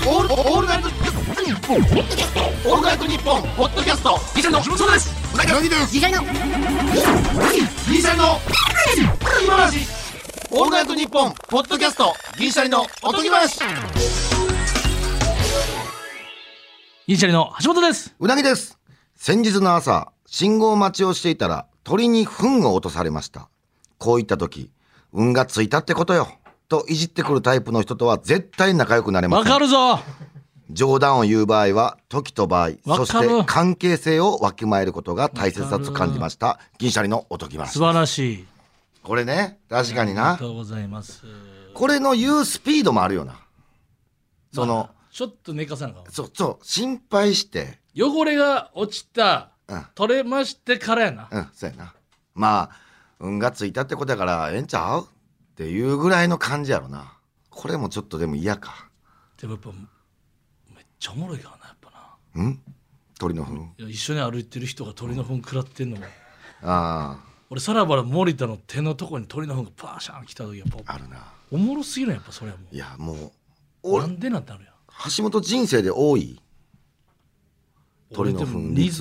オールナイトニッポンオールナイトニッポンポッドキャストギシャリの木本そうです。うなぎです。ギシャリの今話オールナイトニッポンポッドキャストギシャリのおとぎ話。 ギシャリの橋本です。 うなぎです。先日の朝、信号待ちをしていたら鳥に糞を落とされました。こういった時、運がついたってことよといじってくるタイプの人とは絶対仲良くなれません。 わかるぞ。 冗談を言う場合は時と場合、そしてわかる関係性をわきまえることが大切だと感じました。銀シャリのおとぎ話。 素晴らしい。 これね、確かにありながとうございます。 これの言うスピードもあるよな。その、 ちょっと寝かさんかも。 そう心配して、 汚れが落ちた、 うん取れましてからやな。 そうやな。まあ運がついたってことやからええんちゃうっていうぐらいの感じやろな。これもちょっとでも嫌か。 でもやっぱめっちゃおもろいからな、やっぱな。 鳥の糞。 いや一緒に歩いてる人が鳥の糞食らってんのも、 あ俺さらばら森田の手のとこに鳥の糞がパーシャン来た時やっぱあるな。 おもろすぎるやっぱそれはもいやもうう俺なんでなったのや。 橋本人生で多い鳥の糞率。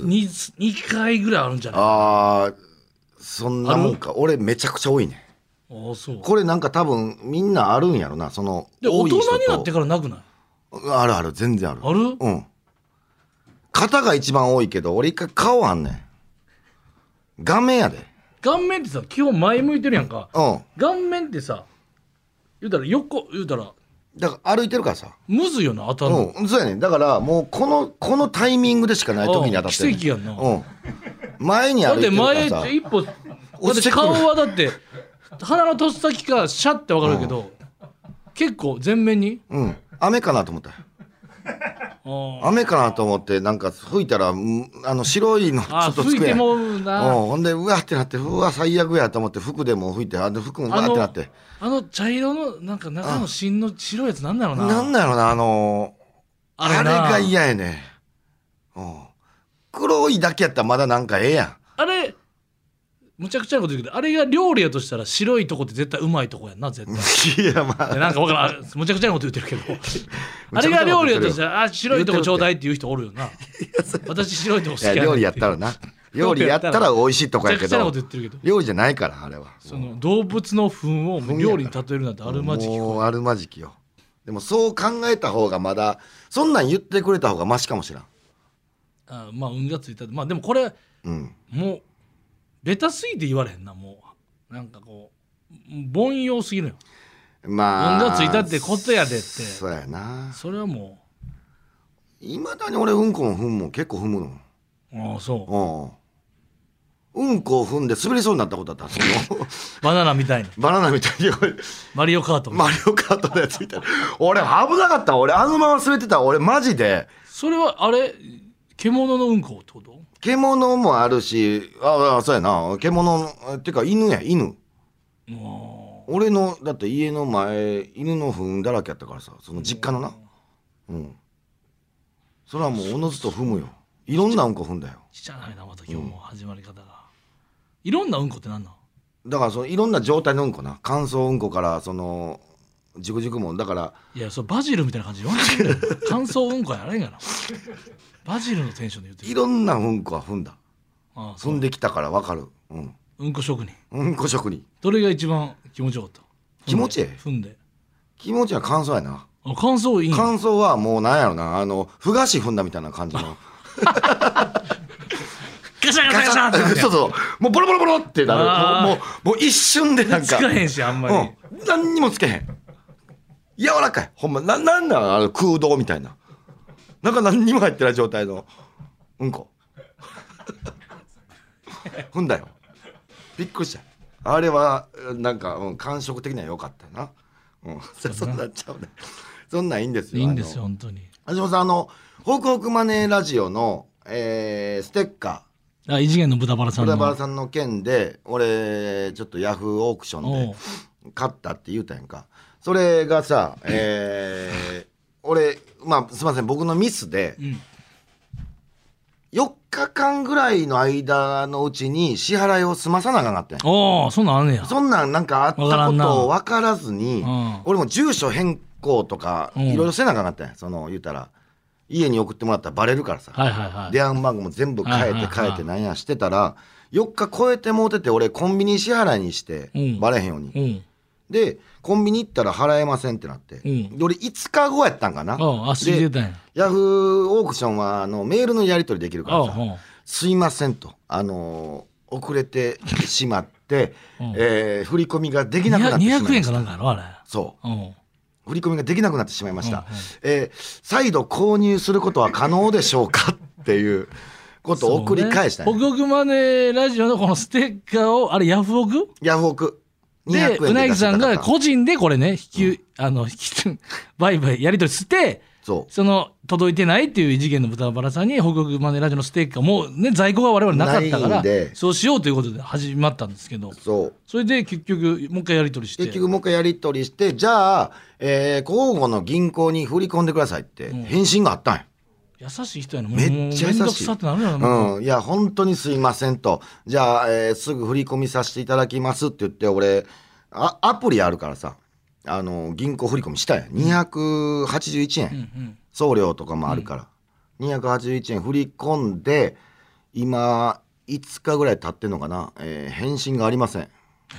2回ぐらいあるんじゃない。 ああそんなもんか。俺めちゃくちゃ多いね。 ああそう。 これなんか多分みんなあるんやろな。そので大多い人と人になってからなくない。 あるある全然ある。 ある。 肩が一番多いけど俺一回顔あんねん。顔面やで。 顔面ってさ基本前向いてるやんか。 うん顔面ってさ言うたら横言うたらだから歩いてるからさ。 むずいよな当たるの。 そうやねん。だからもうこのタイミングでしかない時に当たってる。 奇跡やんな。 前に歩いてだってるからさ。 前一歩だって落ちてくる顔はだって鼻のとっ先かシャッて分かるけど、結構前面に雨かなと思ったよ。雨かなと思ってなんか吹いたら白いのちょっとつくやん。 吹いてもうな。 ほんでうわってなってうわ最悪やと思って服でも吹いて服もうわってなって。 茶色のなんか中の芯の白いやつなんだろうな。 なんだろうなあれが嫌やね。黒いだけやったらまだなんかええやん。 あれむちゃくちゃなこと言うけどあれが料理やとしたら白いとこって絶対うまいとこやんな絶対。 いやまあなんか分からんむちゃくちゃなこと言ってるけどあれが料理やとしたら白いとこちょうだいっていう人おるよな。私白いとこ好きやねん料理やったらな。料理やったら美味しいとこやけどむちゃくちゃなこと言ってるけど料理じゃないからあれは。 その動物の糞を料理に例えるなんてあるまじき。 もうあるまじきよ。でもそう考えた方がまだそんなん言ってくれた方がマシかもしらん。 まあ運がついた。まあでもこれ、もうベタすぎて言われへんな。もうなんかこう凡庸すぎるよ。 まあ運がついたってことやでって。 そうやな。 それはもいまだに俺うんこも踏むも結構踏むの。 ああそううんこを踏んで滑りそうになったことあったバナナみたいにバナナみたいにマリオカートマリオカートのやつみたいな。俺危なかった。俺あのまま滑ってた。俺マジで。 それはあれ獣のうんこってこと。 獣もあるしそうやな。獣ってか犬や犬。俺のだって家の前犬の糞だらけやったからさ。その実家のな。それはもうおのずと踏むよ。いろんなうんこ踏んだよ。 ちっちゃないなまた今日も始まり方が、いろんなうんこってなんなん。 だからそのいろんな状態のうんこな。乾燥うんこからそのジュクジュクもだから。 いやそれバジルみたいな感じで言わんでる乾燥うんこやないんやな。バジルのテンションで言ってる。 いろんなうんこは踏んだ。踏んできたから分かる。 うんこ職人。 うんこ職人。 どれが一番気持ちよかった。 気持ちいい。 踏んで気持ちは乾燥やな。 乾燥いいんや。 乾燥はもうなんやろな。ふがし踏んだみたいな感じのガシャガシャガシャってなってそうそう。もうボロボロボロってなる。もう一瞬でなんかつかへんしあんまり、 何にもつけへん。柔らかい。ほんまなんだ空洞みたいな。なんか何にも入ってない状態のうんこ踏んだよ。びっくりした。あれはなんか感触的には良かったな。そんなっちゃうね。そんなんいいんですよ。 いいんですよ本当に。 橋本さんホクホクマネーラジオの、ステッカー。 異次元の豚バラさんの豚バラさんの件で俺ちょっとヤフーオークションで買ったって言うたやんか。それがさ、俺まあすいません僕のミスで、4日間ぐらいの間のうちに支払いを済まさなあかんかったんや。 そんなんあんねや。 そんなんなんかあったことを分からずに、俺も住所変行とかうんいろいろせなあかんかったんや。その言うたら家に送ってもらったらバレるからさ、 はいはいはい。 電話番号も全部変えはいはいはいて変えてなんやしてたら4日超えてもうてて、俺コンビニ支払いにしてうんバレへんように、 うん。 でコンビニ行ったら払えませんってなって、 うんで俺5日後やったんかな。 ああ、過ぎてたんや。 ヤフーオークションはメールのやり取りできるかああ、 らさ、 うん。 すいませんと、遅れてしまって、 うん振り込みができなくなってしまいま 200円した。 かなんかやろあれ。 そううん。 振り込みができなくなってしまいました、 うんうん再度購入することは可能でしょうかっていうことを送り返したんや。 ホクホクマネーラジオのこのステッカーを、あれヤフオクヤフオク200円で、うなぎさんがこ個人でこれね、バイバイやり取りして、 そその届いてないっていう異次元の豚バラさんにホクホクマネーラジオのステッカーもうね在庫が我々なかったからないんでそうしようということで始まったんですけど、 そうそれで結局もう一回やり取りして、 結局もう一回やり取りして、じゃあ、交互の銀行に振り込んでくださいって返信があったんや。 優しい人やな。もうめっちゃ優しいめんどくさってなるやろな。 いや本当にすいませんと、じゃあ、すぐ振り込みさせていただきますって言って、俺アプリあるからさ、銀行振り込みしたんや。281円、 うん送料とかもあるから、281円振り込んで今5日ぐらい経ってんのかな、返信がありません。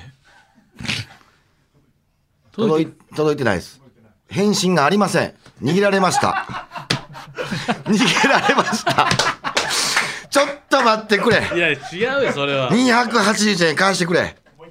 届いてないです。返信がありません。逃げられました逃げられましたちょっと待ってくれ。 いや違うよそれは。 280円返してくれ。 いや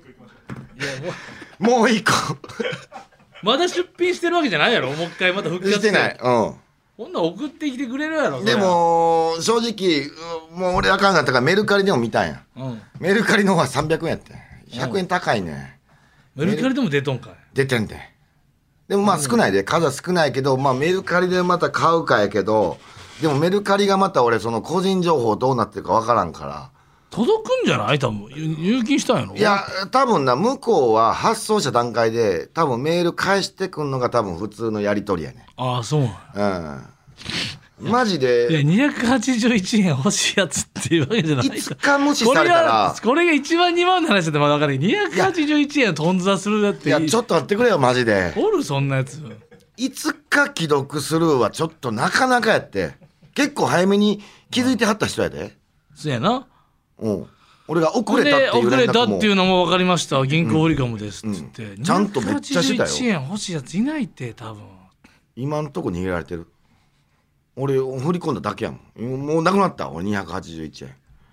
もうもう一個まだ出品してるわけじゃないやろ。もう一回また復活してない。 こんなん送ってきてくれるやろ。それでも正直もう俺あかんかったからメルカリでも見たんや。 うん、 メルカリの方は300円やって100円高いね。 メルカリでも出とんかい。 出てんで。でもまあ少ないで、数は少ないけど、まあメルカリでまた買うかやけど、でもメルカリがまた俺その個人情報どうなってるかわからんから。 届くんじゃない？多分入金したんやろ。 いや多分な、向こうは発送した段階で多分メール返してくんのが多分普通のやり取りやね。 ああそうなんマジいやで 281円欲しいやつっていうわけじゃないいつか無視されたら、 これが1万2万の話だってまだ分かる。281円頓挫するだっていやちょっと待ってくれよマジで。 おるそんなやつ。 いつか既読スルーはちょっとなかなかやって、結構早めに気づいてはった人やで。 そうやな。 俺が遅れたっていう遅れた連絡もっていうのも分かりました。銀行振り込むですっつって、 ちゃんとめっちゃしてたよ。 281円欲しいやついないって多分。 今んとこ逃げられてる。俺振り込んだだけやもん。もうなくなった俺281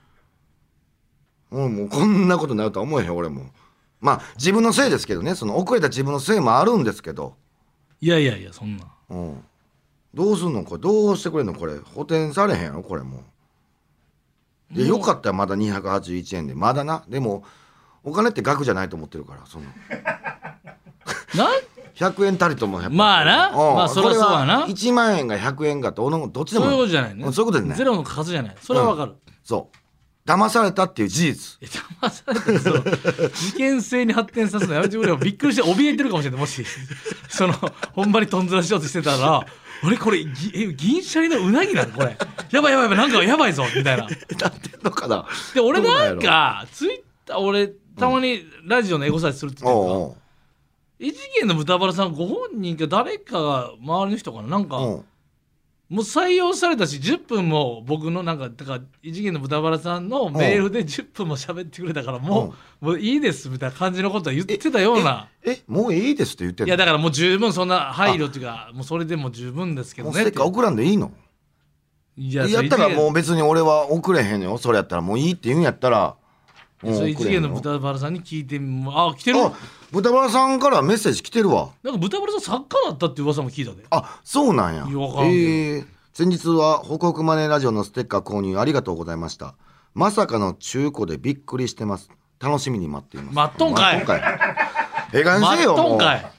円。もうこんなことになるとは思えへん俺も。まあ自分のせいですけどね、その遅れた自分のせいもあるんですけど、 いやいやいやそんな。 どうすんのこれ、どうしてくれんのこれ、補填されへんやろこれもう。でよかったよまだ281円で、まだな。でもお金って額じゃないと思ってるから、そのなん 100円たりともやっぱまあなまあそりゃそうやな。 これは1万円が100円かとどっちでもそういうことじゃないね。 そういうことですね。 ゼロの数じゃない。それは分かる。 そう騙されたっていう事実。 騙されたそう事件性に発展させるのやめてくれよ。びっくりして怯えてるかもしれない。もしそのほんまにとんずらしようとしてたら、俺これ銀シャリのうなぎなのこれ、やばいやばいやばい、なんかやばいぞみたいな。 なってんのかな。 で俺なんどうなんやろかツイッター俺たまにラジオのエゴサーチするって言ってるか、 おうおう異次元の豚バラさんご本人か誰かが周りの人かな、なんかおうもう採用されたし10分も僕のなんかだから異次元の豚バラさんのメールで10分も喋ってくれたからもういいですみたいな感じのことは言ってたような。 もういいですって言ってるいやだからもう十分そんな配慮っていうかもうそれでも十分ですけどねって。 もうステッカー送らんでいいの。 いややったらもう別に俺は送れへんのよ。それやったらもういいって言うんやったらもうそう異次元の送れへんよ。 豚バラさんに聞いてあ来てる。 あ、豚バラさんからメッセージ来てるわ。 なんか豚バラさん作家だったって噂も聞いたで。 あ、そうなんや。 いやわからんけど先日はホクホクマネーラジオのステッカー購入ありがとうございました。まさかの中古でびっくりしてます。楽しみに待っています。 待っとんかい待っとんかい。ええかげんにせよもう。 待っとんかい。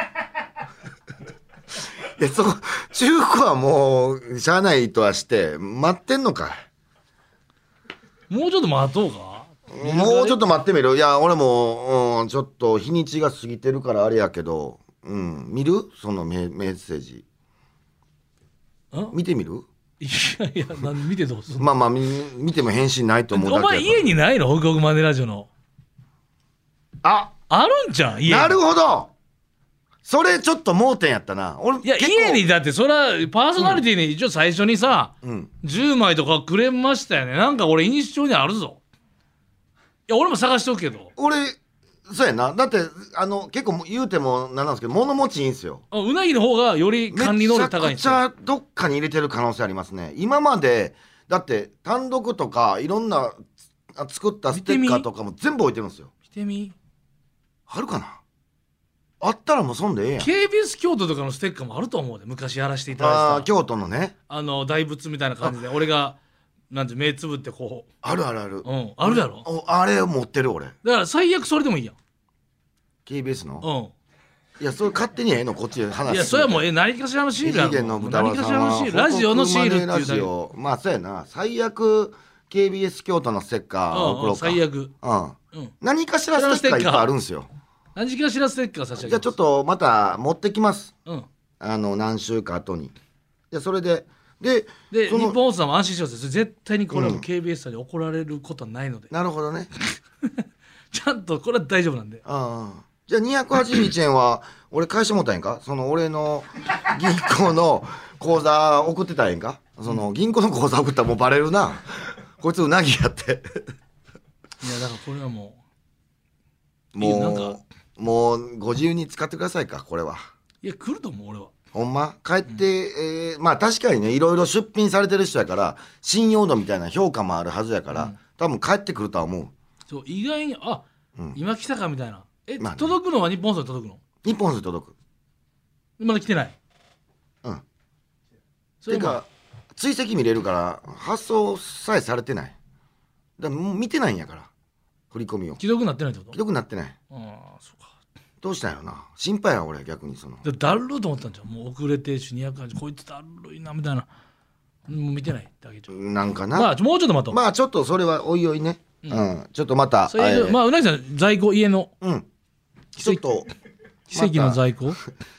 いやそこ中古はもうしゃあないとはして待ってんのかい。 もうちょっと待とうか。 もうちょっと待ってみる。いや俺も、ちょっと日にちが過ぎてるからあれやけど、見るそのメッセージ見てみる。 いやいや何見てどうすんの。 まあまあ見ても返信ないと思うだけお前家にないのホクホクマネラジオの。 ああるんじゃん家に。 なるほど。 それちょっと盲点やったな。俺いや結構家にだってそれはパーソナリティに一応最初にさ、 うん 10枚とかくれましたよね。なんか俺印象にあるぞ。いや俺も探しておくけど、 俺そうやな。だって結構言うてもなんなんですけど物持ちいいんですよ。 うなぎの方がより管理能力高いんですよ。 めちゃくちゃどっかに入れてる可能性ありますね。今までだって単独とかいろんな作ったステッカーとかも全部置いてるんですよ。 見てみ。 あるかな。あったらもうそんでええやん。 KBS 京都とかのステッカーもあると思うで、昔やらせていただいてた京都のね。 大仏みたいな感じで俺がなんて目つぶってこあるあるある、 う、あるやろ。 あれ持ってる俺。 だから最悪それでもいいやん。 KBS の、いやそれ勝手にええのこっちで話して。 いやそれはもう何かしらのシールやろ。 異次元の豚何かしらのバさんはシール、ラジオのシールっていうだけ。 ラジオまあそうやな。最悪 KBS 京都のステッカー送ろうか。 最悪、 何かしらステッカーいっぱいあるんですよ。 何かしらステッカー差し上げます。 じゃあちょっとまた持ってきます、 うん何週か後に。じゃあそれで日本放送さんも安心してください。絶対にこれはもう KBS さんに怒られることはないので、 なるほどね。 ちゃんとこれは大丈夫なんで。 じゃあ281円は俺返してもらったんやんか。その俺の銀行の口座送ってたんやんか。その銀行の口座送ったらもうバレるな。こいつうなぎやって。 いやだからこれはもなんかもうご自由に使ってくださいか。これはいや来ると思う俺は。 ほんま帰って、まあ確かにねいろいろ出品されてる人やから信用度みたいな評価もあるはずやから、多分帰ってくるとは思う。 そう意外に今来たかみたいな。 まあね届くのは日本放送に届くの？ 日本放送に届く。 まだ来てない。それてか追跡見れるから発送さえされてない。だからもう見てないんやから振り込みを。 既読なってないってこと？ 既読なってない。 ああそうか。 どうしたんやろな。心配や俺逆にその。 だるーと思ったんじゃん。もう遅れてし280こいつだるいなみたいな。もう見てないだけじゃん。 なんかな。 まあもうちょっと待とう。 まあちょっとそれはおいおいね。ちょっとまた。 まあうなぎさん在庫家の。 ちょっと奇跡の在庫。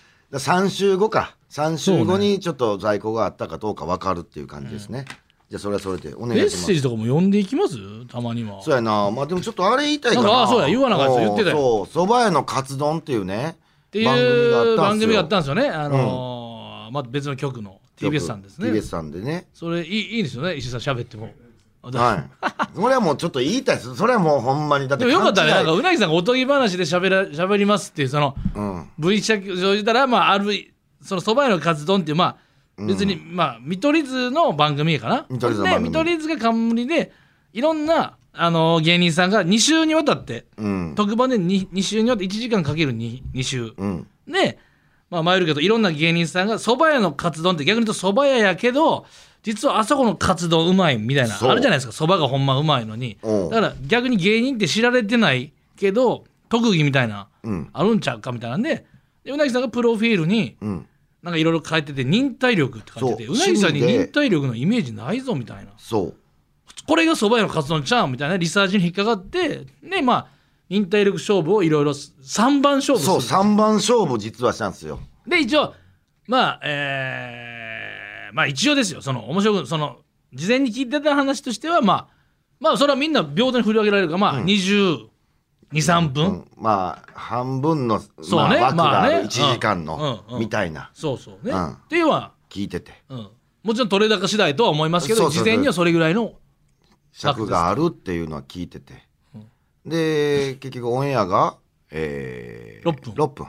3週後か。3週後にちょっと在庫があったかどうか分かるっていう感じですね。じゃあそれはそれでお願いします。 メッセージとかも読んでいきますたまには。 そうやな。まあでもちょっとあれ言いたいかな。 そうや言わなかった言ってたよ。 そうそば屋のカツ丼っていうねっていう番組があったんですよね。まあ別の局の TBS さんですね。 TBS さんでね。 それいいですよね石井さん喋っても。 はいそれはもうちょっと言いたいです。それはもうほんまにだってでもよかったね。なんかうなぎさんがおとぎ話で喋りますっていうその V 尺上言ったらまあそのそば屋のカツ丼っていうまあ別にまあ見取り図の番組かな。 見取り図の番組で見取り図が冠でいろんな芸人さんが2週にわたって特番で 2週にわたって1時間かける 2週でまあ参るけどいろんな芸人さんがそば屋のカツ丼って逆に言うとそば屋やけど実はあそこのカツ丼うまいみたいなあるじゃないですか。そばがほんまうまいのにだから逆に芸人って知られてないけど特技みたいなあるんちゃうかみたいなんでうなぎさんがプロフィールになんかいろいろ書いてて忍耐力って書いててうなぎさんに忍耐力のイメージないぞみたいな。 そうこれがそば屋のカツ丼ちゃうんみたいなリサーチに引っかかってでまあ忍耐力勝負をいろいろ3番勝負する。 そう3番勝負実はしたんですよ。 で一応まあまあ一応ですよその面白くその事前に聞いてた話としてはまあそれはみんな平等に振り分けられるからまあ22,3分、 まあ半分の、 そうね枠があるまあね 1時間の、みたいなそうね、っていうのは聞いてて、 もちろん取れ高次第とは思いますけど事前にはそれぐらいの尺があるっていうのは聞いてて、で結局オンエアが、6分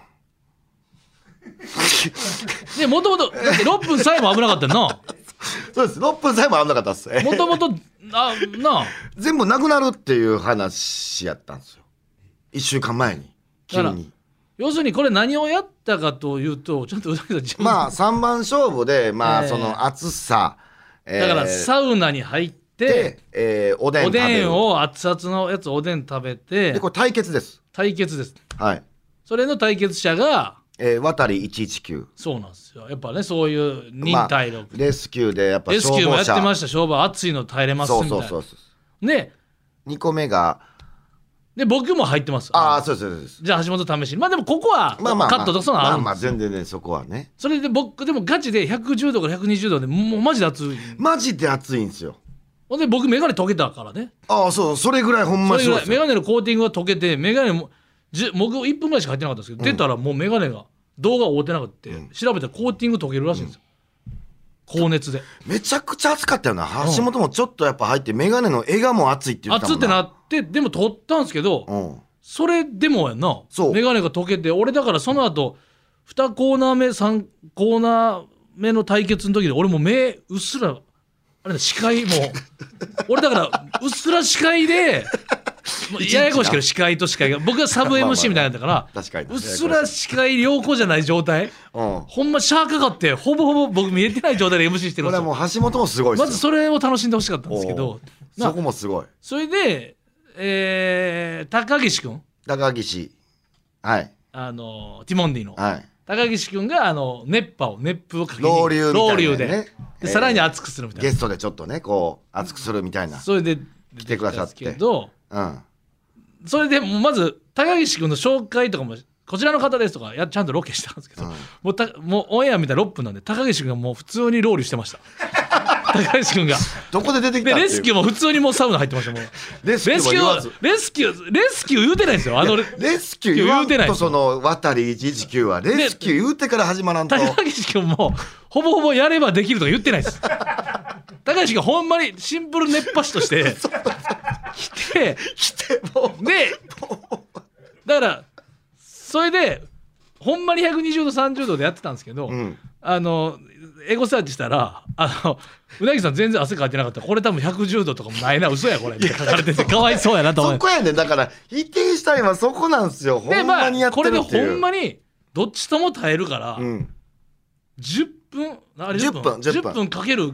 でもともとだって6分さえも危なかったよな。 そうです6分さえも危なかったっす。 もともと全部なくなるっていう話やったんですよ1週間前に急に。 要するにこれ何をやったかというとちょっとまあ3番勝負でまあその暑さ、 だからサウナに入っておでんを熱々のやつおでん食べてでこれ対決です。はい。 それの対決者が渡り119。 そうなんですよやっぱねそういう忍耐力、 レスキューでやっぱ消防車レスキューもやってました。消防熱いの耐えれますみたいな。 そうで 2個目がで僕も入ってます。 そうです。 じゃあ橋本試しまあでもここはカットとかそういうのあるんですよ。 まあ全然ねそこはね。 それで僕でもガチで110度から120度でもうマジで熱い。 マジで熱いんですよ。 ほんで僕メガネ溶けたからね。 そうそれぐらいほんまにそうですよ。 メガネのコーティングが溶けてメガネも僕1分ぐらいしか入ってなかったんですけど、出たらもうメガネが動画合うてなくて、調べたらコーティング溶けるらしいんですよ、高熱で。 めちゃくちゃ熱かったよな。橋本もちょっとやっぱ入ってメガネの笑顔も熱いって言ってたもんな。 熱ってなってでも撮ったんですけど、それでもやんな、メガネが溶けて、俺だからその後2コーナー目3コーナー目の対決の時で俺も目うっすらあれだ視界も俺だからうっすら視界でややこしく視界と視界が僕がサブ MC みたいなだから確かにうっすら視界良好じゃない状態、ほんまシャーかかってほぼほぼ僕見えてない状態で MC してるんですよ。 これはもう橋本もすごいですよ。 まずそれを楽しんでほしかったんですけど、 そこもすごい。 それで、高岸君、 高岸、はい、 ティモンディの、 はい、 高岸君が熱風をかけにロウリュみたいな、ね、 ロウリュで、さらに熱くするみたいな、 ゲストでちょっとねこう熱くするみたいな、 それで来てくださってけど、それでもうまず高岸君の紹介とかもこちらの方ですとかちゃんとロケしたんですけど、もうオンエア見たら6分なんで高岸君がもう普通にロウリュしてました高岸君がどこで出てきたでレスキューも普通にもうサウナ入ってました。もうレスキュー言うてないんですよ。 レスキュー言うてないと、その渡り119はレスキュー言うてから始まらんと。 高岸君もほぼほぼやればできるとか言ってないです高岸君ほんまにシンプル熱波師として来てもうでだからそれでほんまに120度30度でやってたんですけど、エゴサーチしたらうなぎさん全然汗かいてなかった、これ多分110度とかもないな、嘘やこれって書かれててかわいそうやなと思って。 そこやねん、だから否定したいのはそこなんですよ。ほんまにやってるっていう。 これでほんまにどっちとも耐えるから、10分かける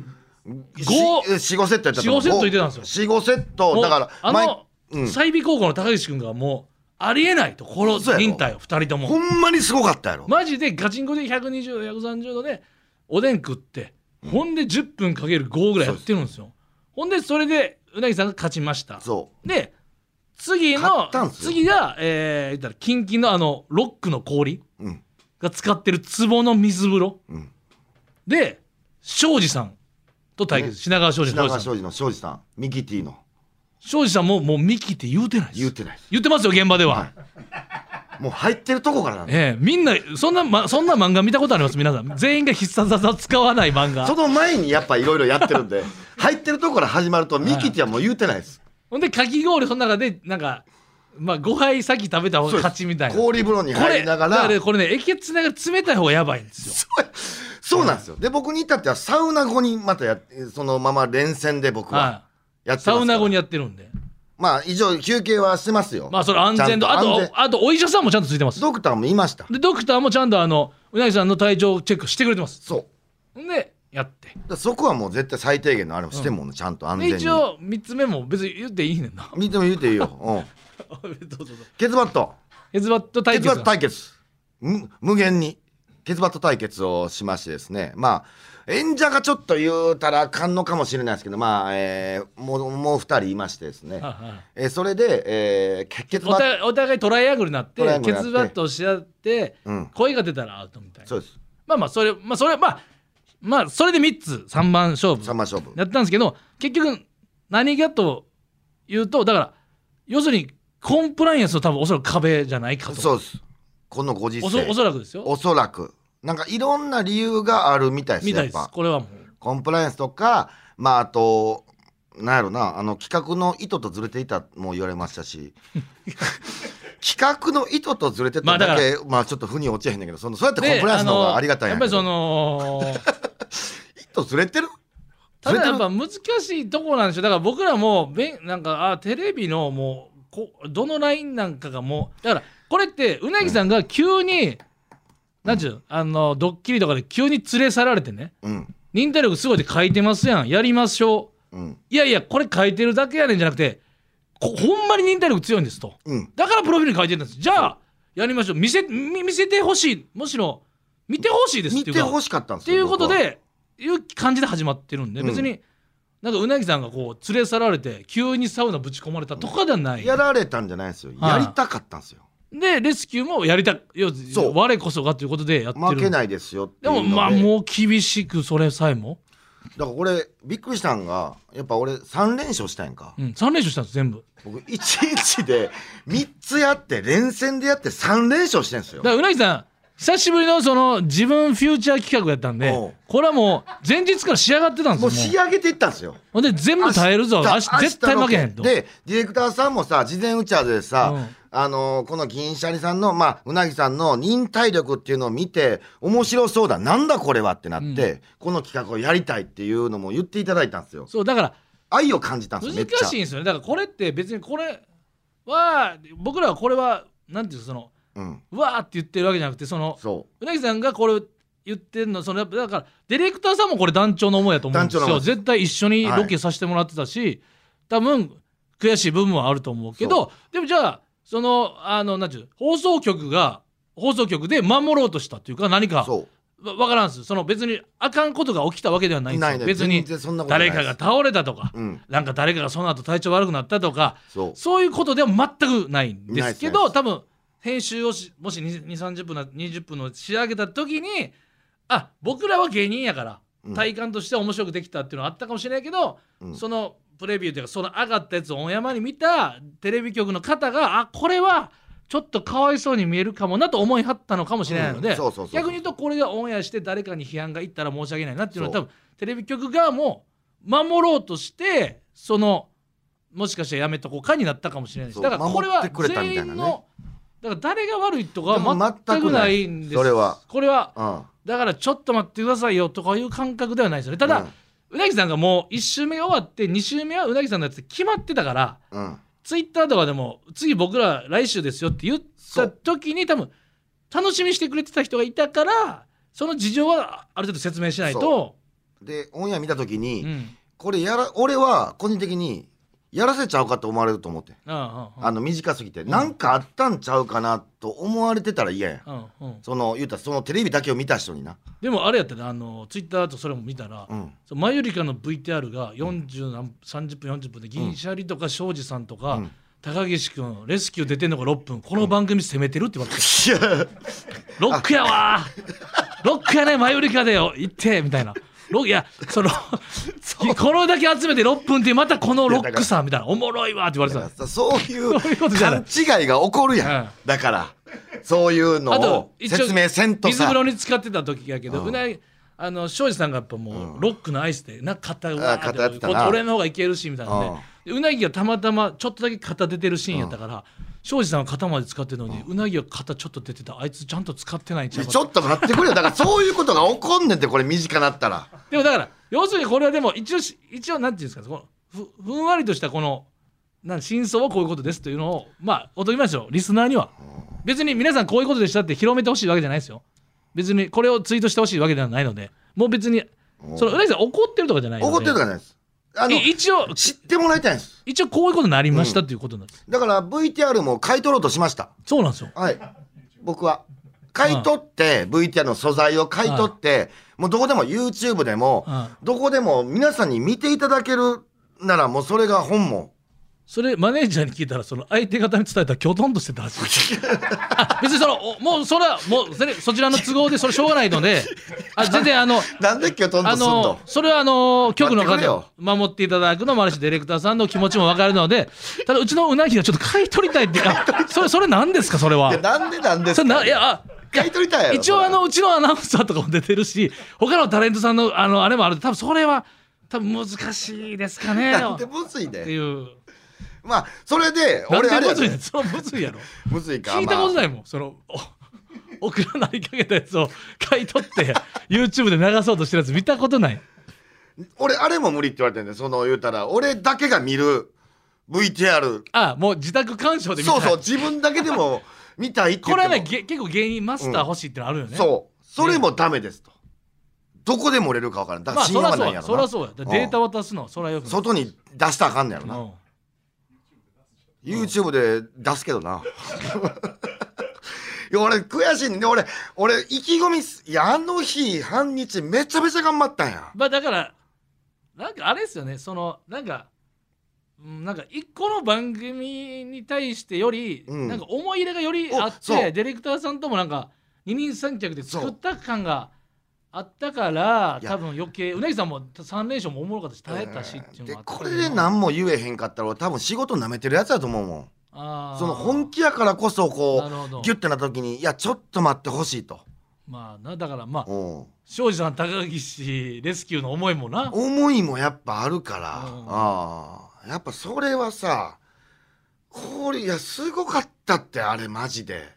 4,5セットやったと思う。 4,5セットいってたんですよ。 4,5セットだから済美高校の高岸君がもうありえないと、この忍耐を2人ともほんまにすごかったやろ。 マジでガチンコで120度130度でおでん食って、ほんで10分かける5ぐらいやってるんですよ。ほんでそれでうなぎさんが勝ちました。で次が言ったらキンキンのロックの氷が使ってる壺の水風呂、で庄司さんと対決、品川庄司の庄司さん、ミキティの庄司さんもうミキって言うてないです。 言ってますよ現場では、 もう入ってるとこからなんで、 みんなそんな漫画見たことあります？皆さん全員が必殺技を使わない漫画。 その前にやっぱいろいろやってるんで入ってるとこから始まるとミキティはもう言うてないです。 ほんでかき氷その中でなんか5杯先食べた方が勝ちみたいな、 氷風呂に入りながらこれね、えげつながら冷たい方がやばいんですよ。 そうなんですよ。で僕に至ってはサウナ後にまたそのまま連戦で僕はやってますから、 サウナ後にやってるんで、 まあ以上休憩はしてますよ。 まあそれ安全とあとお医者さんもちゃんとついてます。 ドクターもいました。 でドクターもちゃんとうなぎさんの体調チェックしてくれてます。 そうでやってそこはもう絶対最低限のあれもしてもんね、ちゃんと安全に。 一応3つ目も別に言っていいねんな。 見ても言うていいよどうぞケツバット対決無限にケツバット対決をしましてですね、まあ演者がちょっと言うたらあかんのかもしれないですけど、まあ、もう2人いましてですね、それで、ケツバットお互いトライアングルになってケツバットをし合って、声が出たらアウトみたいな。 そうです。 それで3つ3番勝負やったんですけど、結局何がというと、だから要するにコンプライアンスの多分おそらく壁じゃないかと。 そうです。このご時世おそらくですよ。 おそらくなんかいろんな理由があるみたいです。やっぱこれはもうコンプライアンスとか、まああとなんやろな、企画の意図とずれていたも言われましたし企画の意図とずれてただけ、まあちょっと腑に落ちへんねんけど、そうやってコンプライアンスの方がありがたいんやけど、 やっぱり意図ずれてる。 ただやっぱ難しいとこなんでしょ。だから僕らもなんかテレビのもうどのラインなんかがもうだからこれってうなぎさんが急に、なんちゅうドッキリとかで急に連れ去られてね、忍耐力すごいって書いてますやん、やりましょう、いやいやこれ書いてるだけやねんじゃなくてほんまに忍耐力強いんですと、だからプロフィールに書いてるんです。じゃあやりましょう、見せてほしい、むしろ見てほしいですっていうか、 見てほしかったんですよっていうことでいう感じで始まってるんで、別になんかうなぎさんがこう連れ去られて急にサウナぶち込まれたとかではない、 やられたんじゃないですよ、やりたかったんですよ。 でレスキューもやりた我こそがということでやってる。 負けないですよっていうので。 でもまあもう厳しくそれさえもだからこれびっくりしたんが、やっぱ俺3連勝したんやんか、 3連勝したんです全部。 僕1日で3つやって連戦でやって3連勝してんすよ。 だからうなぎさん久しぶりのその自分フューチャー企画やったんで、これはもう前日から仕上がってたんですよ。 もう仕上げていったんですよ。 ほんで全部耐えるぞ、絶対負けへんと。 でディレクターさんもさ、事前打ち合わせでさ、この銀シャリさんのうなぎさんの忍耐力っていうのを見て面白そうだ、なんだこれはってなって、この企画をやりたいっていうのも言っていただいたんですよ。 そうだから愛を感じたんですよ。めっちゃ難しいんですよね。だからこれって別にこれは僕らはこれはなんていうその、うわーって言ってるわけじゃなくて、そのうなぎさんがこれを言ってるの、そのやっぱだからディレクターさんもこれ団長の思いやと思うんですよ。絶対一緒にロケさせてもらってたし、多分悔しい部分はあると思うけど、でもじゃあそのなんていう放送局で守ろうとしたっていうか、何かわからんす。その別にあかんことが起きたわけではないんですよ。別に誰かが倒れたとか、なんか誰かがその後体調悪くなったとか、そういうことでは全くないんですけど、多分編集をもし20-30分20分の仕上げた時に、僕らは芸人やから体感としては面白くできたっていうのはあったかもしれないけど、そのプレビューというかその上がったやつをオンエア前に見たテレビ局の方が、これはちょっとかわいそうに見えるかもなと思いはったのかもしれないので、逆に言うとこれがオンエアして誰かに批判がいったら申し訳ないなっていうのは、多分テレビ局側も守ろうとしてそのもしかしたらやめとこうかになったかもしれないです。だからこれは全員のだから誰が悪いとかは全くないんです。これは、だからちょっと待ってくださいよとかいう感覚ではないですよね。ただ、うなぎさんがもう1週目が終わって2週目はうなぎさんのやつ決まってたから、ツイッターとかでも次僕ら来週ですよって言った時に多分楽しみにしてくれてた人がいたから、その事情はある程度説明しないと。 でオンエア見た時に、これ俺は個人的にやらせちゃうかと思われると思って、短すぎて、なんかあったんちゃうかなと思われてたら嫌や、その言うたらそのテレビだけを見た人にな。 でもあれやったらツイッターとそれも見たら、マユリカの VTR が30分40分で銀シャリとか庄司さんとか、高岸君レスキュー出てんのが6分、この番組攻めてるって言われて、ロックやわーロックやねマユリカでよ行ってみたいな。いやそのこれだけ集めて6分ってまたこのロックさみたいな、おもろいわって言われてた。 そういう勘違いが起こるやん、だからそういうのを説明せんとさ。 水風呂に使ってた時やけど、庄司さんがやっぱもうロックのアイスで肩やってたな、俺の方がいけるしみたいなで、うなぎがたまたまちょっとだけ肩出てるシーンやったから、庄司さんは肩まで使ってるのに、うなぎは肩ちょっと出てた、あいつちゃんと使ってないんちゃうか。 ちょっと待ってくれよ、だからそういうことが起こんねんって、これ身近なったら。 でもだから要するにこれはでも一応なんていうんですか、このふんわりとしたこの真相はこういうことですというのをおとぎましょう、リスナーには。別に皆さんこういうことでしたって広めてほしいわけじゃないですよ。別にこれをツイートしてほしいわけではないので、もう別にそのうなぎさん怒ってるとかじゃないので。 怒ってるとかじゃないです。 一応知ってもらいたいんです。 一応こういうことになりましたっていうことなんです。 だから VTR も買い取ろうとしました。 そうなんですよ。 僕は買い取って、VTR の素材を買い取って、もうどこでも YouTube でも、どこでも皆さんに見ていただけるなら、もうそれが本望。 それマネージャーに聞いたら、その相手方に伝えたらきょとんとしてたらしい。別にもうそれはもうそちらの都合でそれしょうがないので、全然なんできょとんとすんの。 それは局の方を守っていただくのもあるし、ディレクターさんの気持ちも分かるので、ただうちのうなぎがちょっと買い取りたいってそれ何ですかそれは。 なんでなんですか。買い取りたいやろ。 一応うちのアナウンサーとかも出てるし、他のタレントさんのあれもあるんで、多分それは難しいですかね。 なんでむずいねっていう。 それで俺あれやね。 そのむずいやろ。 むずいか。 聞いたことないもん。その送らないかけたやつを買い取って YouTube で流そうとしてるやつ見たことない。 俺あれも無理って言われてるんで、その言うたら俺だけが見る VTR。 もう自宅鑑賞で見たい。 そう自分だけでも見たいって言っても。 これはね結構芸人マスター欲しいってのあるよね。 それもダメですと。どこで漏れるか分からん。だから信用がないんやろな。 そりゃそうや。データ渡すのそりゃよくない。 外に出したらあかんねやろな。YouTube で出すけどな。いや俺悔しいね。俺意気込みあの日半日めちゃめちゃ頑張ったんや。 だからなんかあれですよね、そのなんか一個の番組に対してより、なんか思い入れがよりあって、ディレクターさんともなんか二人三脚で作った感があったから、多分余計うなぎさんも3連勝もおもろかったし耐えたしっていうのもあった。 これで何も言えへんかったら多分仕事なめてるやつだと思うもん。その本気やからこそこうギュッてなった時に、いやちょっと待ってほしいと。 まあな、だからまあうん庄司さん高岸レスキューの思いもな、 思いもやっぱあるから、 うんやっぱそれはさいやすごかったってあれマジで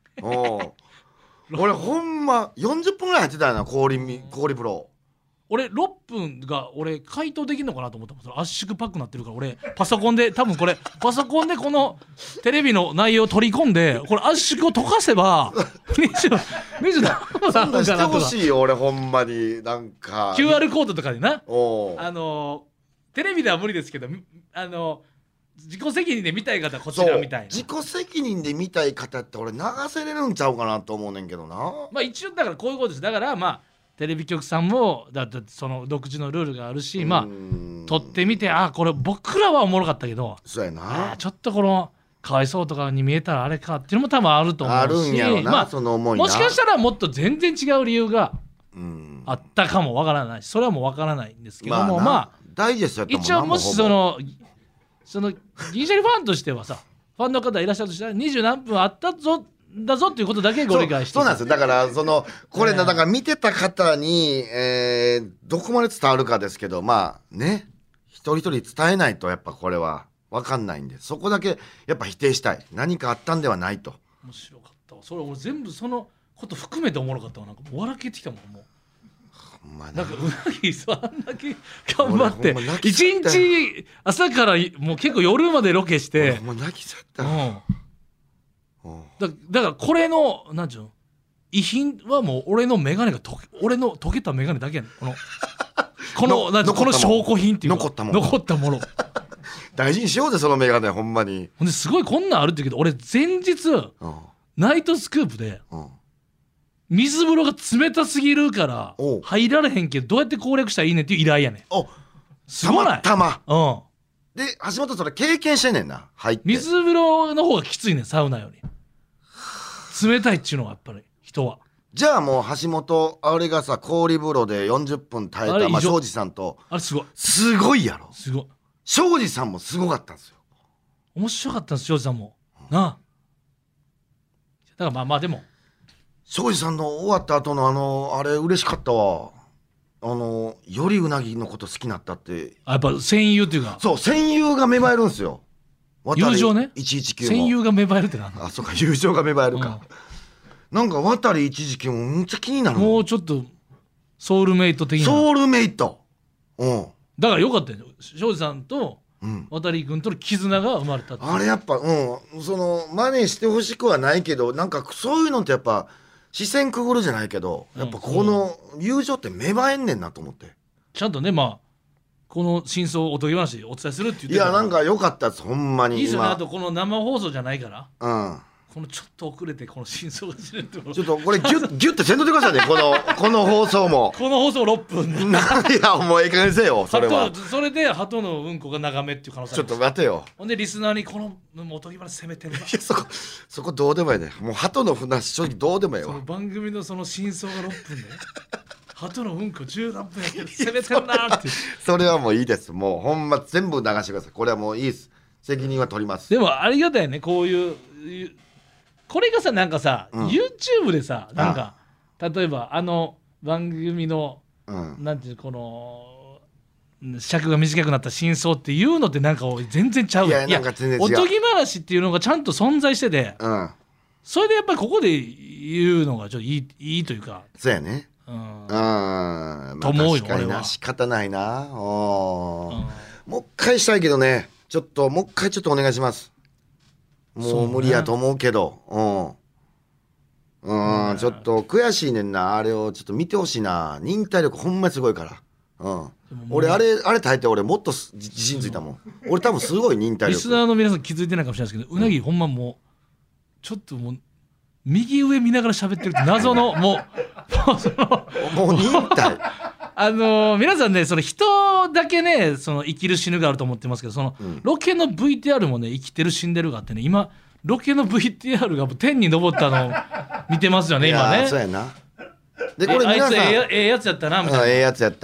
俺ほんま40分ぐらい入ってたよな氷風呂。 俺6分が俺解凍できるのかなと思ったもん。それ圧縮パックになってるから、俺パソコンで多分これパソコンでこのテレビの内容を取り込んでこれ圧縮を溶かせば27分そんなんしてほいしいよ俺ほんまになんか QR コードとかでな、 おテレビでは無理ですけど自己責任で見たい方はこちそうらみたいな。 自己責任で見たい方って俺流せれるんちゃうかなと思うねんけどな。 まあ一応だからこういうことです。だからまあテレビ局さんもだってその独自のルールがあるし、まあ撮ってみてこれ僕らはおもろかったけど、 そうやなちょっとこのかわいそうとかに見えたらあれかっていうのも多分あると思うし、 あるんやろな、 まあその思いな。 もしかしたらもっと全然違う理由がうんあったかもわからないし、それはもうわからないんですけども、 なまあダイジェストやったもんな一応もしうほぼその銀シャリファンとしてはさ、ファンの方いらっしゃるとしたら20何分あったぞだぞっていうことだけご理解してそうなんですよ。だからこれだから見てた方に、どこまで伝わるかですけど、まあね一人一人伝えないとやっぱこれは分かんないんで、そこだけやっぱ否定したい。何かあったんではないと。 面白かったわ。それ俺全部そのこと含めておもろかったわ。なんかもう笑けてきたもん。もうほんまななんかうなぎさあんだけ頑張って俺ほんま泣き一ちゃった日朝からもう結構夜までロケしてほんま泣きちゃった。 うんうんだからこれのなんちゅうの遺品はもう俺の眼鏡が俺の溶けた眼鏡だけやねん。このなんてこの証拠品っていうか残ったものほ大事にしようぜそのメガネほんまに。 んですごいこんなんあるって言うけど、俺前日うんナイトスクープでうん水風呂が冷たすぎるからおう入られへんけどどうやって攻略したらいいねんっていう依頼やねん。 おすごない？ たまうんで橋本それ経験してんねんな入って。 水風呂の方がきついねん、サウナより。冷たいっちゅうのはやっぱり人は。 じゃあもう橋本あれがさ氷風呂で40分耐えたあれ異常庄司さんとあれすごいすごいやろ。 すごい庄司さんもすごかったんですよ。 面白かったんです、庄司さんもなあ。だからまあでも庄司さんの終わった後のあれ嬉しかったわ。よりうなぎのこと好きになったって。 やっぱ戦友っていうかそう戦友が芽生えるんですよ。 友情ね。 119も戦友が芽生えるってなんだ。 あそうか友情が芽生えるか、なんか渡り一時期もめっちゃ気になるもうちょっとソウルメイト的な。 ソウルメイト。うんだからよかったよ。庄司さんとうん渡君との絆が生まれたって。 あれやっぱ真似してほしくはないけど、なんかそういうのってやっぱ視線くぐるじゃないけど、やっぱこの友情って芽生えんねんなと思って。 ちゃんとね、まあこの真相をおとぎ話お伝えするって言ってたらいやなんか良かったですほんまに。 いいですよね。 今あとこの生放送じゃないからうんこのちょっと遅れてこの真相が知れるってこと。 ちょっとこれギュッてせんとってくださいねこの放送も。 この放送6分でいやもうええ加減にせよそれは。 それで鳩のうんこが長めっていう可能性あちょっります。 と待てよ。 ほんでリスナーにこのおとぎ話攻めてるな。 いやそこどうでもええね。もう鳩の話正直どうでもええわその。番組のその真相が6分で鳩のうんこ10何分やってる攻めてるなって。 それはもういいです。もうほんま全部流してください。これはもういいです。責任は取ります。 でもありがたいね、こういうこれがさなんかさ、 うん YouTube でさなんか例えば番組のうんなんていうこの尺が短くなった真相っていうのってなんか全然ちゃうやん。 いやなんか全然違うおとぎ話っていうのがちゃんと存在してて、 うんそれでやっぱりここで言うのがちょっといいというか、 そうやね。 うんまあと思うよ確かに俺はな仕方ないな。 うんもう一回したいけどね。ちょっともう一回ちょっとお願いします。もう無理やと思うけどちょっと悔しいねんな。あれをちょっと見てほしいな。忍耐力ほんまにすごいから俺あれ耐えて俺もっと自信ついたもん。俺多分すごい忍耐リス力。 ナーの皆さん気づいてないかもしれないですけど、うなぎほんまもうちょっともう右上見ながら喋ってるって謎のもうそのもう忍耐皆さんねその人だけねその生きる死ぬがあると思ってますけど、その、ロケの VTR もね生きてる死んでるがあってね、今ロケの VTR が天に昇ったのを見てますよねいや今ね。 そうやな。でこれあいつ皆さんええやつやったなみたいな。 ええやつやった。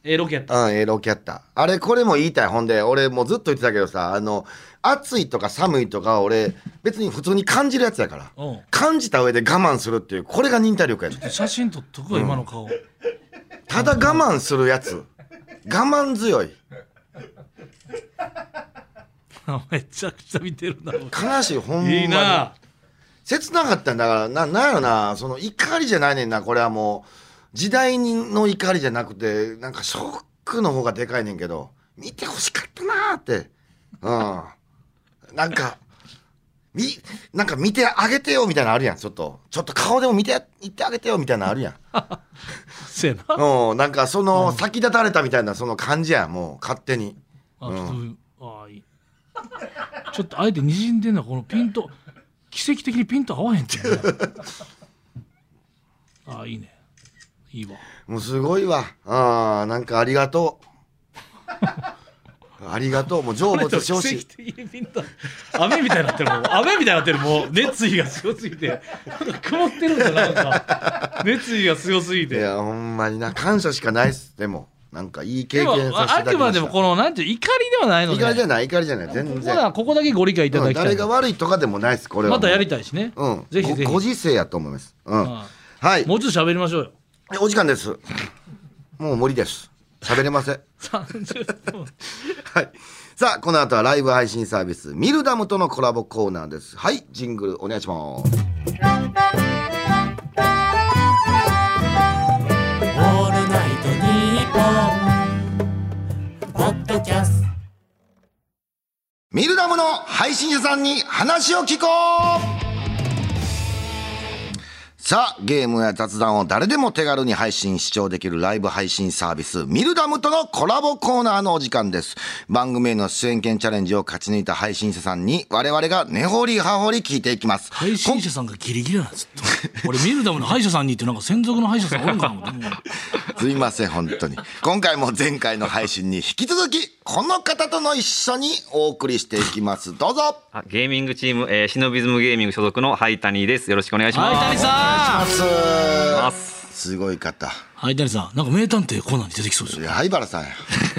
ロケやった。 ロケやった。あれ、これも言いたい。ほんで、俺もうずっと言ってたけどさ、暑いとか寒いとか、俺、別に普通に感じるやつやから。感じた上で我慢するっていう、これが忍耐力やね。 写真撮っとくわ、今の顔。 ただ我慢するやつ。我慢強い。 めちゃくちゃ見てるな。 悲しい、ほんまに。 いいな。 切なかったんだから、なんやろな、その怒りじゃないねんな、これはもう。時代の怒りじゃなくて、なんかショックの方がでかいねんけど、見てほしかったなーって。なんか見てあげてよみたいなのあるやん。ちょっと顔でも言ってあげてよみたいなのあるやん。 そうやな。 なんかその先立たれたみたいなその感じやん、もう勝手に。 いい。ちょっとあえて滲んでんのこのピント、奇跡的にピント合わへんっていうね。いいね。いいわ。 もうすごいわ。なんかありがとう。ありがとう。もう成仏してほしい。 奇跡的にピント。雨みたいになってるもん。雨みたいになってるもう熱意が強すぎて。曇ってるんだなんか。熱意が強すぎて。 いやほんまにな感謝しかないっす。でもなんかいい経験させていただきました。 あくまでもこのなんていう怒りではないので。 怒りじゃない全然。 ここだけご理解いただきたい。 誰が悪いとかでもないっす。これはまたやりたいしね。ぜひぜひ。 ご時世やと思います。はい。 もうちょっと喋りましょうよ。 お時間です。もう無理です。喋れません。 30分。 はい。さあこの後はライブ配信サービスミルダムとのコラボコーナーです。はい、ジングルお願いします。 オールナイトニッポンポッドキャスト。 ミルダムの配信者さんに話を聞こう。さあゲームや雑談を誰でも手軽に配信視聴できるライブ配信サービスミルダムとのコラボコーナーのお時間です。番組への出演権チャレンジを勝ち抜いた配信者さんに我々が根掘り葉掘り聞いていきます。 配信者さんがギリギリなんです俺ミルダムの歯医者さんにってなんか専属の歯医者さんおるんかな思ってすいません本当に。今回も前回の配信に引き続きこの方との一緒にお送りしていきます。どうぞ。 ゲーミングチーム、シノビズムゲーミング所属のハイタニーです。よろしくお願いします。 ハイタニーさんすごい方。 ハイタニーさんなんか名探偵コナンに出てきそうですよ。 灰原さんや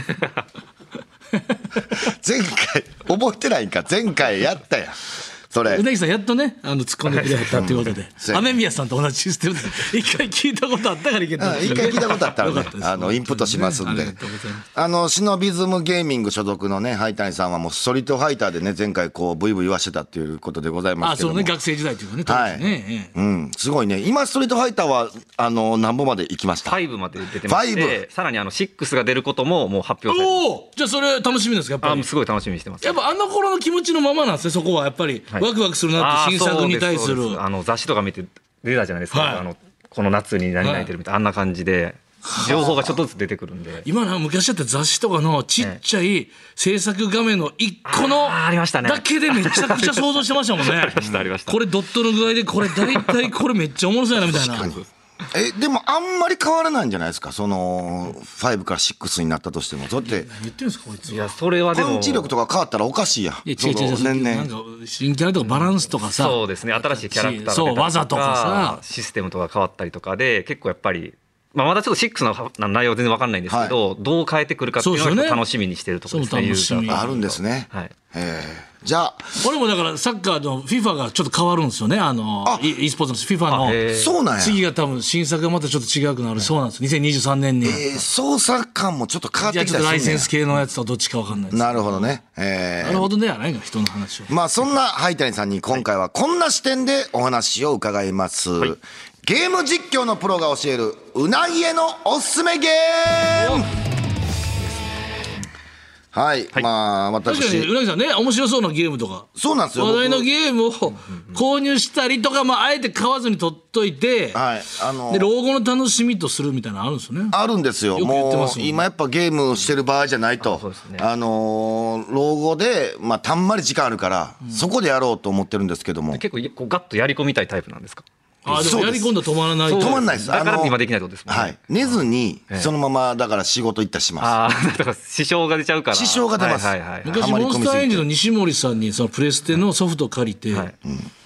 前回覚えてないんか。前回やったやんそれ。 うなぎさんやっとね突っ込んでくれはったということで雨宮さんと同じシステムで一回聞いたことあったからいけた。 一回聞いたことあったらねインプットしますんで。シノビズムゲーミング所属のねハイタニーさんはもうストリートファイターでね前回こうブイブイ言わしてたっていうことでございますけども。 そうね学生時代というかね当時ね、 すごいね。今ストリートファイターは何本まで行きました ？5まで出てまして、さらに6が出ることももう発表されてます。 じゃあそれ楽しみですか？やっぱりすごい楽しみにしてます。 やっぱあの頃の気持ちのままなんですね。そこはやっぱりワクワクするなって新作に対する雑誌とか見て出たじゃないですか、この夏に何々出るみたいな、あんな感じで情報がちょっとずつ出てくるんで。 今昔だった雑誌とかのちっちゃい制作画面の1個のだけでめちゃくちゃ想像してましたもんね。 ありました。 これドットの具合でこれ大体これめっちゃおもろそうやなみたいな。 でもあんまり変わらないんじゃないですか。その5から6になったとしても。だって言ってるんですかこいつ。 いやそれはでもパンチ力とか変わったらおかしいやん。 違うなんか新キャラとかバランスとかさ。 そうですね、新しいキャラクターそう技とかさシステムとか変わったりとかで結構やっぱりまだちょっと6の内容全然分かんないんですけど、どう変えてくるかっていうのは楽しみにしてるところですね。 あるんですね。じゃあ俺もだからサッカーの FIFA がちょっと変わるんですよね。e スポーツの FIFA のそうなんや。 次が多分新作がまたちょっと違くなるそうなんです。2023年に操作感もちょっと変わってきたりするんや。 ちょっとライセンス系のやつとどっちか分かんないです。 なるほどね。 なるほどね。ないか人の話を。 まあそんなハイタニさんに今回はこんな視点でお話を伺います。ゲーム実況のプロが教えるうなぎへのおすすめゲーム。はい、まあ私確かにうなぎさんね面白そうなゲームとかそうなんですよ。 話題のゲームを購入したりとか、あえて買わずに取っといて、で老後の楽しみとするみたいなのあるんですよね。 あるんですよ。もう今やっぱゲームしてる場合じゃないと、老後でたんまり時間あるから、そこでやろうと思ってるんですけども。 結構ガッとやり込みたいタイプなんですか？ でもやり込んだら止まらないと。 止まらないです。 だから今できないってことですもんね。 寝ずにそのままだから仕事行ったりします。 だから支障が出ちゃうから。 支障が出ます。 昔モンスターエンジンの西森さんにそのプレステのソフト借りて、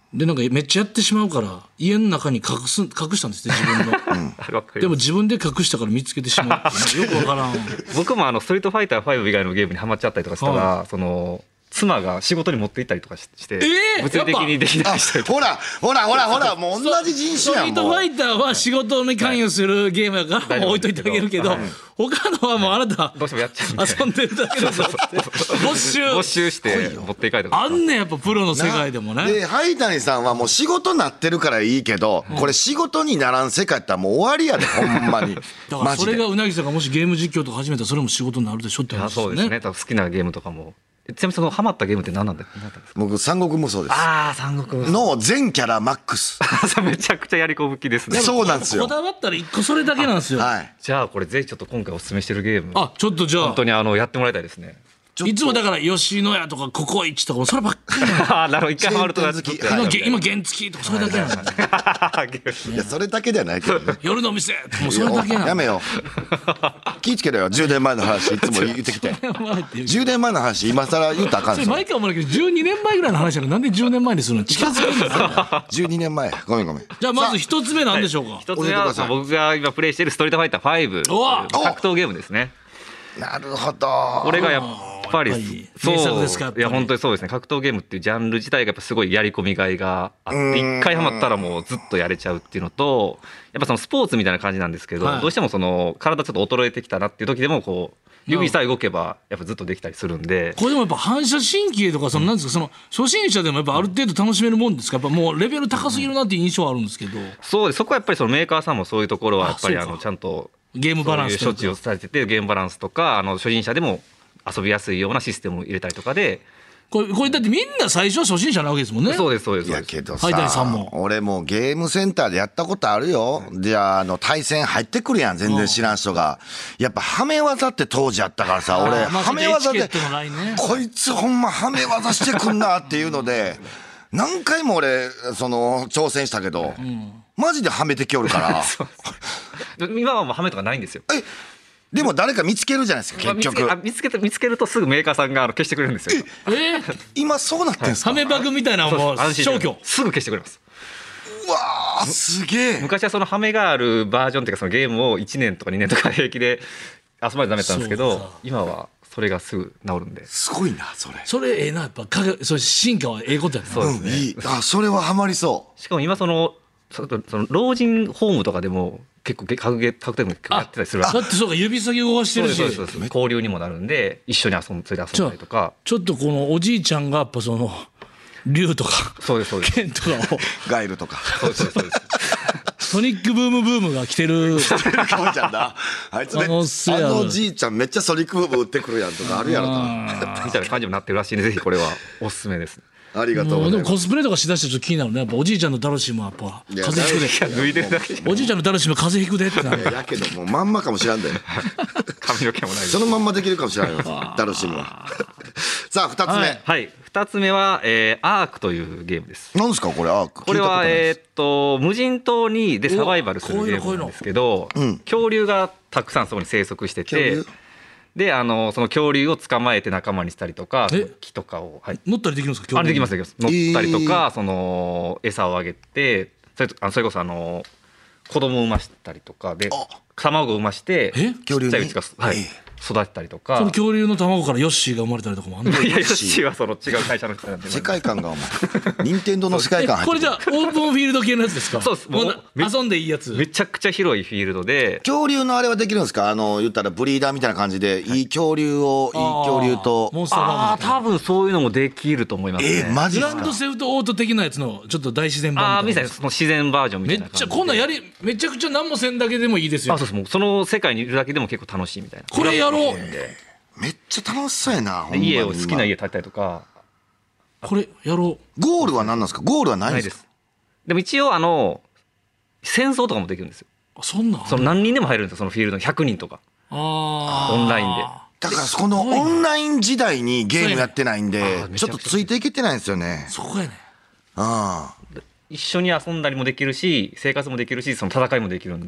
でなんかめっちゃやってしまうから家の中に隠したんですね自分の、 わかりますでも自分で隠したから見つけてしまうっていうよくわからん僕もストリートファイター5以外のゲームにハマっちゃったりとかしたら、その妻が仕事に持って行ったりとかして、物理的にできないしたりとか。 ほらもう同じ人種やん。 ストリートファイターは仕事に関与するゲームやからもう置いといてあげるけど、他のはもうあなたどうしてもやっちゃうんで遊んでるだけだぞって没収して持っていかれたりとかあんねんやっぱプロの世界でもね。 で灰谷さんはもう仕事なってるからいいけど、これ仕事にならん世界やったらもう終わりやでほんまに。 だからそれがうなぎさんがもしゲーム実況とか始めたらそれも仕事になるでしょって話ですよね。 そうですね。多分好きなゲームとかも。ちなみにそのハマったゲームって何なんですか。 僕三国無双です。 ああ三国無双の全キャラマックス。 めちゃくちゃやりこぶきですね。 そうなんですよ。 こだわったら一個それだけなんですよ。 はい。 じゃあこれぜひちょっと今回お勧めしてるゲーム。 ちょっとじゃあ本当にやってもらいたいですね。 いつもだから吉野家とかココイチとかもそればっかりああなるほど一回ハマるとやつチェーン店好き今原付きとかそれだけなんだよ。 いやそれだけではないけどね。 夜の店もうそれだけなんだやめよう。気ぃつけろよ。10年前の話いつも言ってきて。10年前の話今更言ったらあかんそれ毎回思うんだけど12年前ぐらいの話なのなんで10年前にするの近づけるんですか。 12年前ごめんじゃあまず一つ目なんでしょうか。 一つ目は僕が今プレイしているストリートファイター5格闘ゲームですね。 なるほど。 これがやっぱり名作ですか。やっぱりいや本当にそうですね。格闘ゲームっていうジャンル自体がやっぱすごいやり込みがいがあって一回ハマったらもうずっとやれちゃうっていうのとやっぱそのスポーツみたいな感じなんですけど、どうしてもその体ちょっと衰えてきたなっていう時でもこう指さえ動けばやっぱずっとできたりするんで。 これでもやっぱ反射神経とかそのなんですかその初心者でもやっぱある程度楽しめるもんですか。やっぱもうレベル高すぎるなっていう印象はあるんですけど。 そうです。そこはやっぱりそのメーカーさんもそういうところはやっぱりちゃんとゲームバランスそういう処置をされててゲームバランスとか初心者でも遊びやすいようなシステムを入れたりとかで。 これだってみんな最初は初心者なわけですもんね。 そうですそうです。 いやけど灰谷さんも俺もゲームセンターでやったことあるよ。じゃあ対戦入ってくるやん全然知らん人が。やっぱはめ技って当時あったからさ、俺はめ技でこいつほんまはめ技してくんなっていうので何回も俺挑戦したけど、マジではめてきおるから今はもうはめとかないんですよ。 でも誰か見つけるじゃないですか結局。 見つけるとすぐメーカーさんが消してくれるんですよ。 今そうなってんすか。 はめバグみたいなのも消去すぐ消してくれます。 うわーすげえ。 昔はそのはめがあるバージョンっていうかそのゲームを1年とか2年とか平気で遊ばれてダメだったんですけど今はそれがすぐ治るんで。 すごいなそれええなやっぱそれ進化はええことやな。 そうですね。 いい。それはハマりそう。 しかも今その老人ホームとかでも結構格闘ゲームやってたりする。 だってそうか指先動かしてるし交流にもなるんで一緒にそれで遊んだりとか。 ちょっとこのおじいちゃんがやっぱその竜とかそうです剣とかをガイルとかそうですソニックブームが来てるかわちゃんだ。あいつじいちゃんめっちゃソニックブーム打ってくるやんとかあるやろなみたいな感じになってるらしいんでぜひこれはおすすめです。 ありがとうございます。 でもコスプレとかしだしたらちょっと気になるね。やっぱおじいちゃんのダルシムはやっぱ風邪ひくで。 脱いでるだけじゃおじいちゃんのダルシム風邪ひくでってなる。 やけどもうまんまかもしらんで髪の毛もないです。 そのまんまできるかもしれないよダルシムは。さあ2つ目。 はい2つ目はアークというゲームです。 何ですかこれアーク。 これは無人島にでサバイバルするゲームなんですけど恐竜がたくさんそこに生息しててでその恐竜を捕まえて仲間にしたりとか木とかを乗ったりできるんですか。 できます乗ったりとか餌をあげてそれこそ子供を産ましたりとかで卵を産まして恐竜に育てたりとか。 その恐竜の卵からヨッシーが生まれたりとかもあるんだ。 いやヨッシーはその違う会社の人なんで世界観がお前任天堂の世界観入ってる。 これじゃあオープンフィールド系のやつですか。 そうです。 もう遊んでいいやつ。 めちゃくちゃ広いフィールドで恐竜のあれはできるんですか。言ったらブリーダーみたいな感じでいい恐竜とモンスターバー多分そういうのもできると思いますね。 マジグですか。 ランドセフトオート的なやつのちょっと大自然版みたいな。 その自然バージョンみたいな感じで。 こんなんめちゃくちゃ何もせんだけでもいいですよ。 そうです。もうその世界にいるだけでも結構楽しいみたいな。 これやろう。 めっちゃ楽しそうやな。 家を好きな家建てたりとか。 これやろう。 ゴールは何なんですか。ゴールはないんですか。 でも一応戦争とかもできるんですよ。 そんな何人でも入るんですよそのフィールドに100人とかオンラインで。 だからこのオンライン時代にゲームやってないんでちょっとついていけてないんですよね。 そこやね。 一緒に遊んだりもできるし生活もできるしその戦いもできるんで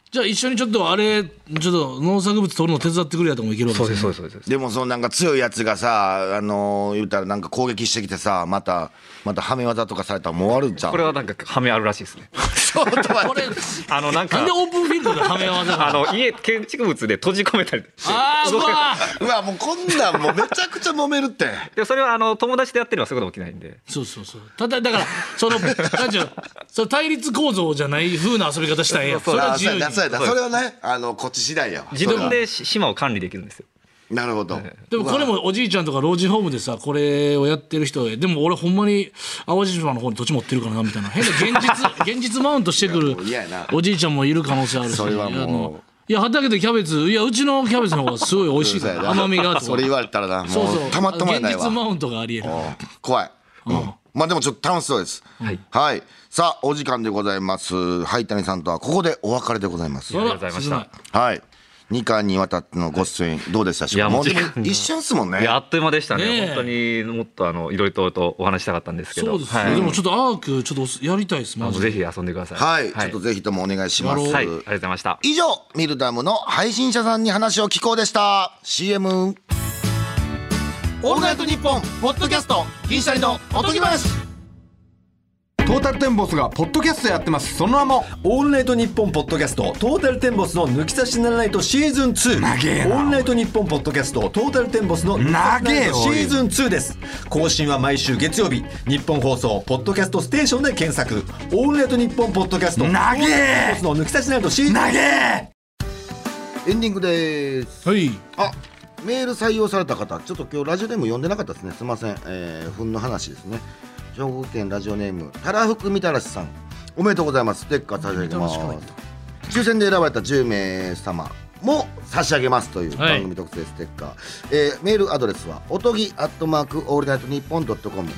じゃあ一緒にちょっとあれちょっと農作物取るの手伝ってくれやともいけるわけそうでね。 ですすそうですそうです。 でもそのなんか強いやつがさ言うたらなんか攻撃してきてさまたはめ技とかされたらもう終わるんちゃう。 これはなんかハメあるらしいですね。 ちょっと待ってこれなんかなんでオープンフィールドではめ技が家建築物で閉じ込めたりしてあーうわうわもうこんなんもうめちゃくちゃ揉めるってでもそれは友達とやってるのはそういうこと起きないんで。 そうだからそのなんちゅうその対立構造じゃない風な遊び方したらええやん。それはあ自由に。 そうやなそれはねこっち次第やわ。 自分で島を管理できるんですよ。 なるほど。 でもこれもおじいちゃんとか老人ホームでさこれをやってる人でも俺ほんまに淡路島の方に土地持ってるからなみたいな変な現実マウントしてくるいやもう嫌やなおじいちゃんもいる可能性あるし。 それはもういや畑でキャベツいやうちのキャベツの方がすごい美味しいから甘みがとかそれ言われたらなそうそうもうたまったもんやないわ。 現実マウントがありえる。 怖い。まあでもちょっと楽しそうです。はい。さあお時間でございます。はい谷さんとはここでお別れでございます。 ありがとうございました。 はい。2回にわたってのご出演どうでしたでしょうか。 いやもうもうでも一瞬っすもんね。 いやあっという間でしたね。 ねえ本当にもっといろいろとお話したかったんですけど。 そうですね、 はいでもちょっとアークちょっとやりたいですマジで。 ぜひ遊んでください。 はい。ちょっとぜひともお願いします。 はい、ありがとうございました。 以上ミルダムの配信者さんに話を聞こうでした。 CM。 オールナイトニッポンポッドキャスト銀シャリのおとぎ話。 トータルテンボスがポッドキャストやってます。その名もオールナイトニッポンポッドキャストトータルテンボスの抜き差しならないとシーズン2。 長えなオールナイトニッポンポッドキャストトータルテンボスの抜き差しならないとシーズン2です。更新は毎週月曜日日本放送ポッドキャストステーションで検索。オールナイトニッポンポッドキャストトータルテンボスの抜き差しならないとシーズン2。 エンディングでーす。 はいあメール採用された方ちょっと今日ラジオネーム読んでなかったですね。すいません。ふんの話ですね。兵庫県ラジオネームたらふくみたらしさんおめでとうございます。ステッカー差し上げます。抽選で選ばれた10名様も差し上げますという番組特製ステッカー、メールアドレスはおとぎ@allnightnippon.com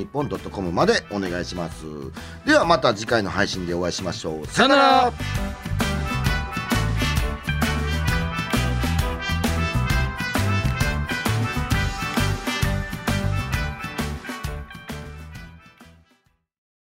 OTOGI@allnightnippon.com までお願いします。ではまた次回の配信でお会いしましょう。さよなら。